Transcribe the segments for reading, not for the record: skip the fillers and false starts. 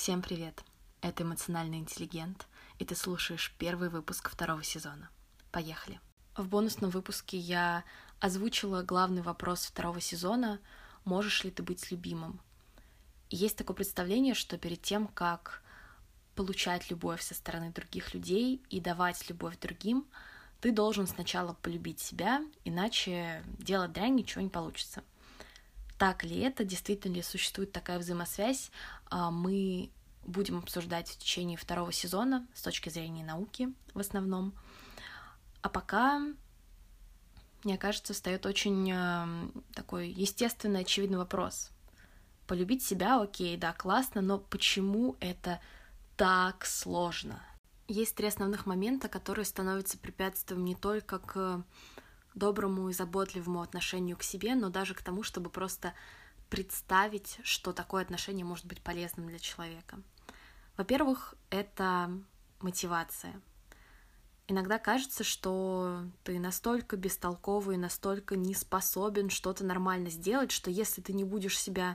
Всем привет! Это «Эмоциональный интеллигент», и ты слушаешь первый выпуск 2-го сезона. Поехали! В бонусном выпуске я озвучила главный вопрос 2-го сезона «Можешь ли ты быть любимым?». И есть такое представление, что перед тем, как получать любовь со стороны других людей и давать любовь другим, ты должен сначала полюбить себя, иначе делать дрянь ничего не получится. Так ли это? Действительно ли существует такая взаимосвязь? Мы будем обсуждать в течение 2-го сезона с точки зрения науки в основном. А пока, мне кажется, встает очень такой естественный, очевидный вопрос. Полюбить себя, окей, да, классно, но почему это так сложно? Есть 3 основных момента, которые становятся препятствием не только к доброму и заботливому отношению к себе, но даже к тому, чтобы просто представить, что такое отношение может быть полезным для человека. Во-первых, это мотивация. Иногда кажется, что ты настолько бестолковый, настолько не способен что-то нормально сделать, что если ты не будешь себя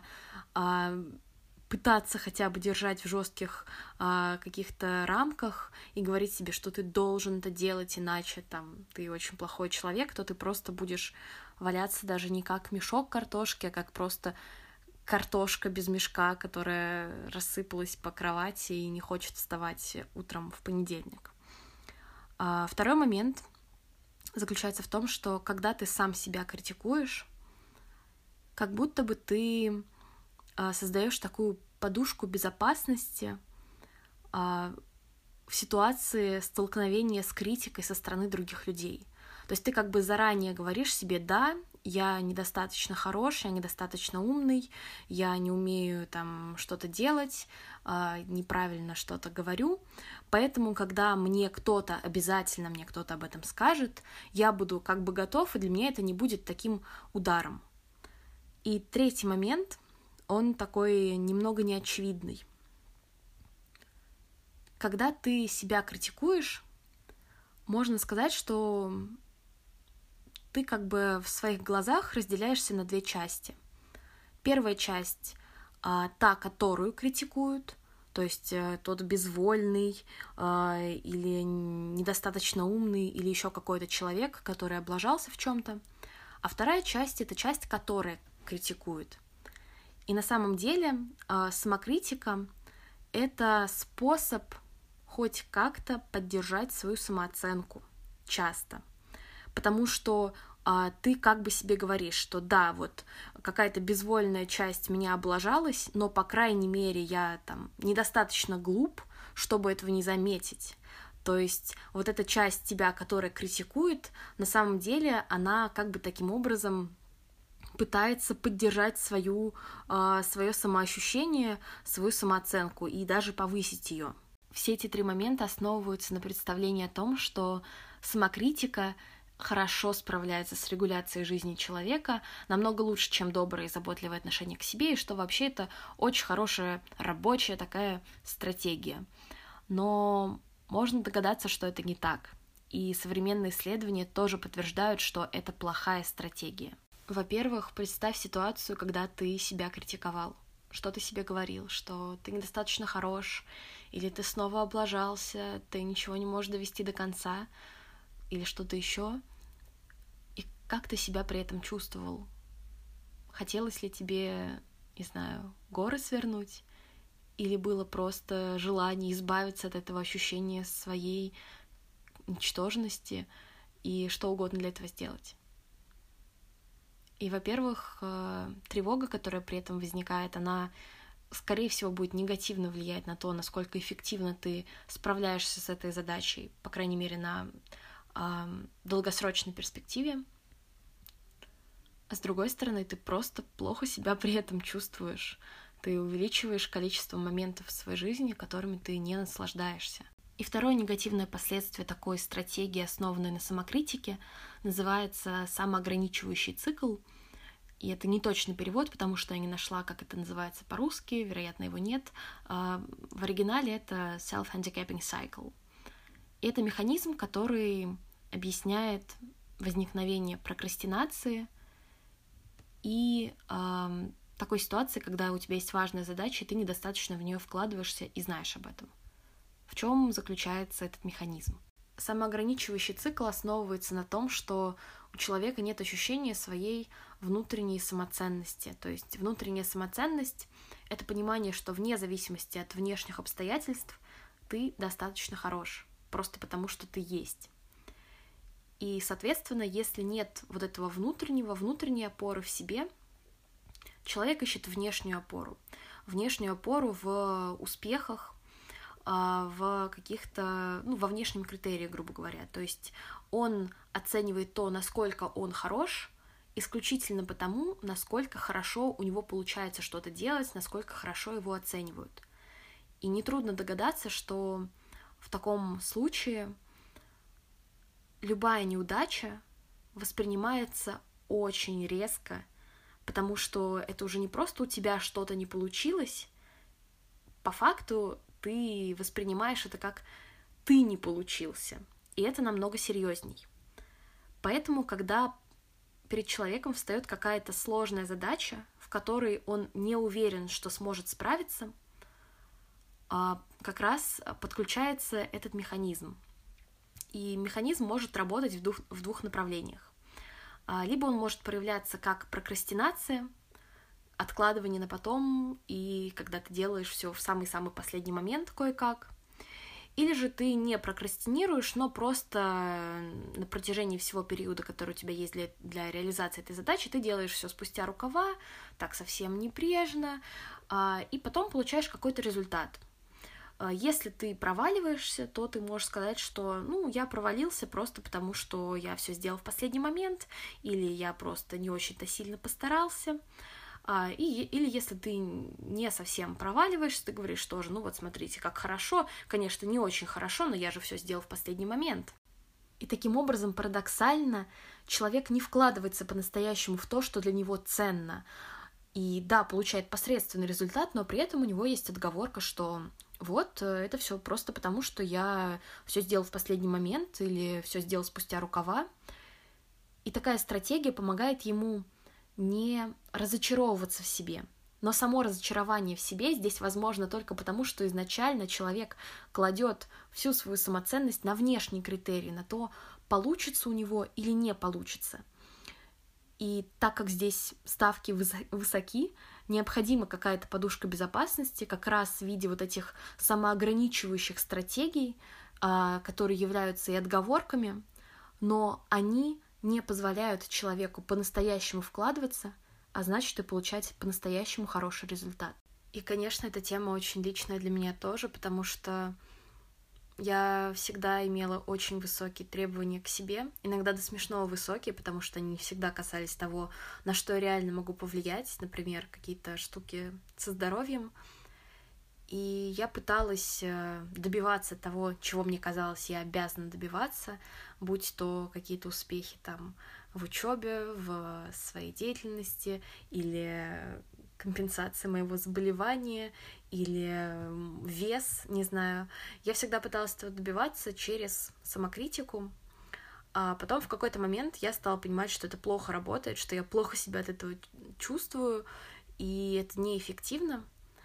пытаться хотя бы держать в жестких каких-то рамках и говорить себе, что ты должен это делать, иначе там ты очень плохой человек, то ты просто будешь валяться даже не как мешок картошки, а как просто картошка без мешка, которая рассыпалась по кровати и не хочет вставать утром в понедельник. Второй момент заключается в том, что когда ты сам себя критикуешь, как будто бы ты создаешь такую подушку безопасности в ситуации столкновения с критикой со стороны других людей. То есть ты как бы заранее говоришь себе: да, я недостаточно хорош, я недостаточно умный, я не умею там что-то делать, неправильно что-то говорю, поэтому, когда обязательно мне кто-то об этом скажет, я буду как бы готов, и для меня это не будет таким ударом. И третий момент, он такой немного неочевидный. Когда ты себя критикуешь, можно сказать, что ты как бы в своих глазах разделяешься на 2 части. Первая часть та, которую критикуют, то есть тот безвольный или недостаточно умный, или еще какой-то человек, который облажался в чем-то. А вторая часть — это часть, которая критикует. И на самом деле самокритика — это способ хоть как-то поддержать свою самооценку часто. Потому что ты как бы себе говоришь, что да, вот какая-то безвольная часть меня облажалась, но, по крайней мере, я там недостаточно глуп, чтобы этого не заметить. То есть вот эта часть тебя, которая критикует, на самом деле она как бы таким образом пытается поддержать свое самоощущение, свою самооценку и даже повысить ее. Все эти 3 момента основываются на представлении о том, что самокритика хорошо справляется с регуляцией жизни человека, намного лучше, чем доброе и заботливое отношение к себе, и что вообще это очень хорошая рабочая такая стратегия. Но можно догадаться, что это не так. И современные исследования тоже подтверждают, что это плохая стратегия. Во-первых, представь ситуацию, когда ты себя критиковал. Что ты себе говорил? Что ты недостаточно хорош, или ты снова облажался, ты ничего не можешь довести до конца, или что-то еще. И как ты себя при этом чувствовал? Хотелось ли тебе, не знаю, горы свернуть? Или было просто желание избавиться от этого ощущения своей ничтожности и что угодно для этого сделать? И, во-первых, тревога, которая при этом возникает, она, скорее всего, будет негативно влиять на то, насколько эффективно ты справляешься с этой задачей, по крайней мере, на долгосрочной перспективе. А с другой стороны, ты просто плохо себя при этом чувствуешь. Ты увеличиваешь количество моментов в своей жизни, которыми ты не наслаждаешься. И второе негативное последствие такой стратегии, основанной на самокритике, называется самоограничивающий цикл. И это не точный перевод, потому что я не нашла, как это называется по-русски, вероятно, его нет. В оригинале это self-handicapping cycle. И это механизм, который объясняет возникновение прокрастинации и такой ситуации, когда у тебя есть важная задача, и ты недостаточно в нее вкладываешься и знаешь об этом. В чем заключается этот механизм? Самоограничивающий цикл основывается на том, что у человека нет ощущения своей внутренней самоценности. То есть внутренняя самоценность — это понимание, что вне зависимости от внешних обстоятельств ты достаточно хорош, просто потому что ты есть. И, соответственно, если нет вот этого внутренней опоры в себе, человек ищет внешнюю опору. Внешнюю опору в успехах, в каких-то, во внешнем критерии, грубо говоря. То есть он оценивает то, насколько он хорош, исключительно потому, насколько хорошо у него получается что-то делать, насколько хорошо его оценивают. И нетрудно догадаться, что в таком случае любая неудача воспринимается очень резко, потому что это уже не просто у тебя что-то не получилось, по факту ты воспринимаешь это как ты не получился, и это намного серьезней. Поэтому, когда перед человеком встает какая-то сложная задача, в которой он не уверен, что сможет справиться, как раз подключается этот механизм. И механизм может работать в двух направлениях. Либо он может проявляться как прокрастинация, откладывание на потом, и когда ты делаешь все в самый-самый последний момент кое-как. Или же ты не прокрастинируешь, но просто на протяжении всего периода, который у тебя есть для реализации этой задачи, ты делаешь все спустя рукава, так совсем небрежно, и потом получаешь какой-то результат. Если ты проваливаешься, то ты можешь сказать, что я провалился просто потому, что я все сделал в последний момент, или я просто не очень-то сильно постарался. Или если ты не совсем проваливаешься, ты говоришь тоже, смотрите, как хорошо, конечно, не очень хорошо, но я же все сделал в последний момент. И таким образом, парадоксально, человек не вкладывается по-настоящему в то, что для него ценно. И да, получает посредственный результат, но при этом у него есть отговорка, что это все просто потому, что я все сделал в последний момент или все сделал спустя рукава. И такая стратегия помогает ему не разочаровываться в себе. Но само разочарование в себе здесь возможно только потому, что изначально человек кладет всю свою самоценность на внешние критерии, на то, получится у него или не получится. И так как здесь ставки высоки, необходима какая-то подушка безопасности, как раз в виде вот этих самоограничивающих стратегий, которые являются и отговорками, но они не позволяют человеку по-настоящему вкладываться, а значит и получать по-настоящему хороший результат. И, конечно, эта тема очень личная для меня тоже, потому что я всегда имела очень высокие требования к себе, иногда до смешного высокие, потому что они не всегда касались того, на что я реально могу повлиять, например, какие-то штуки со здоровьем. И я пыталась добиваться того, чего мне казалось, я обязана добиваться, будь то какие-то успехи там в учебе, в своей деятельности, или компенсация моего заболевания, или вес, не знаю. Я всегда пыталась этого добиваться через самокритику, а потом в какой-то момент я стала понимать, что это плохо работает, что я плохо себя от этого чувствую, и это неэффективно.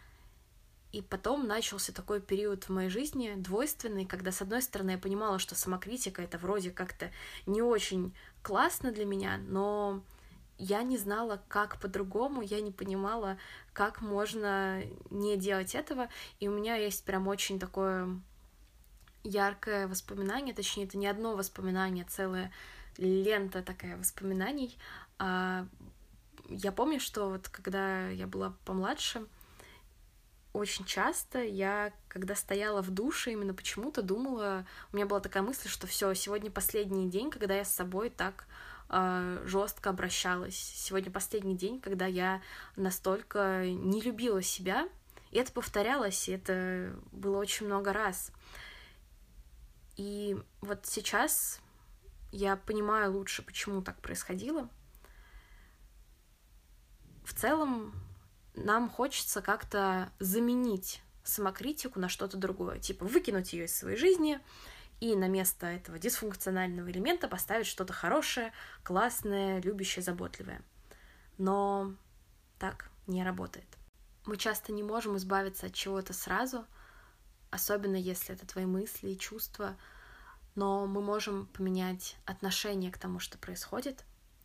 И потом начался такой период в моей жизни двойственный, когда, с одной стороны, я понимала, что самокритика — это вроде как-то не очень классно для меня, но я не знала, как по-другому, я не понимала, как можно не делать этого, и у меня есть прям очень такое яркое воспоминание, точнее, это не одно воспоминание, целая лента такая воспоминаний. Я помню, что вот когда я была помладше, очень часто я, когда стояла в душе, именно почему-то думала, у меня была такая мысль, что все, сегодня последний день, когда я с собой так жестко обращалась. Сегодня последний день, когда я настолько не любила себя. И это повторялось, и это было очень много раз. И вот сейчас я понимаю лучше, почему так происходило. В целом, нам хочется как-то заменить самокритику на что-то другое, типа выкинуть ее из своей жизни и на место этого дисфункционального элемента поставить что-то хорошее, классное, любящее, заботливое. Но так не работает. Мы часто не можем избавиться от чего-то сразу, особенно если это твои мысли и чувства, но мы можем поменять отношение к тому, что происходит,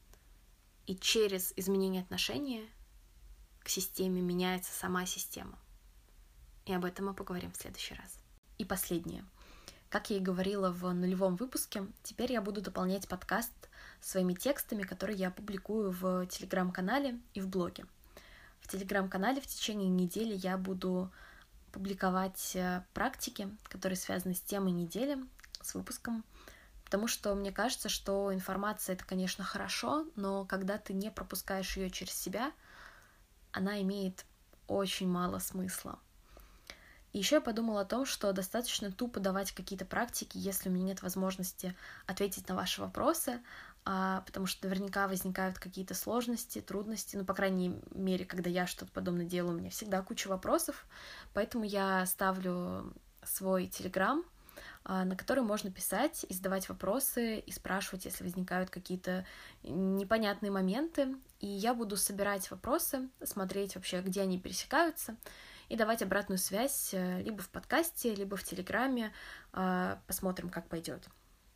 и через изменение отношения к системе меняется сама система. И об этом мы поговорим в следующий раз. И последнее. Как я и говорила в нулевом выпуске, теперь я буду дополнять подкаст своими текстами, которые я публикую в Телеграм-канале и в блоге. В Телеграм-канале в течение недели я буду публиковать практики, которые связаны с темой недели, с выпуском, потому что мне кажется, что информация — это, конечно, хорошо, но когда ты не пропускаешь ее через себя, она имеет очень мало смысла. И еще я подумала о том, что достаточно тупо давать какие-то практики, если у меня нет возможности ответить на ваши вопросы, потому что наверняка возникают какие-то сложности, трудности, по крайней мере, когда я что-то подобное делаю, у меня всегда куча вопросов, поэтому я ставлю свой Телеграм, на который можно писать и задавать вопросы, и спрашивать, если возникают какие-то непонятные моменты, и я буду собирать вопросы, смотреть вообще, где они пересекаются, и давать обратную связь либо в подкасте, либо в Телеграме. Посмотрим, как пойдет.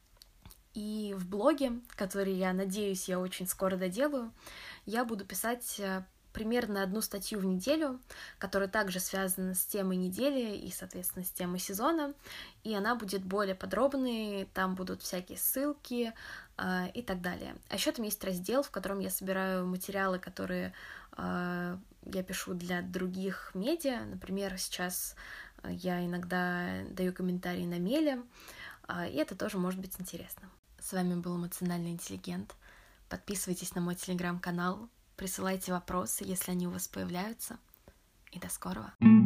И в блоге, который, я надеюсь, я очень скоро доделаю, я буду писать примерно 1 статью в неделю, которая также связана с темой недели и, соответственно, с темой сезона, и она будет более подробной, там будут всякие ссылки и так далее. А еще там есть раздел, в котором я собираю материалы, которые я пишу для других медиа. Например, сейчас я иногда даю комментарии на Меле, и это тоже может быть интересно. С вами был Эмоциональный интеллигент. Подписывайтесь на мой Телеграм-канал, присылайте вопросы, если они у вас появляются. И до скорого!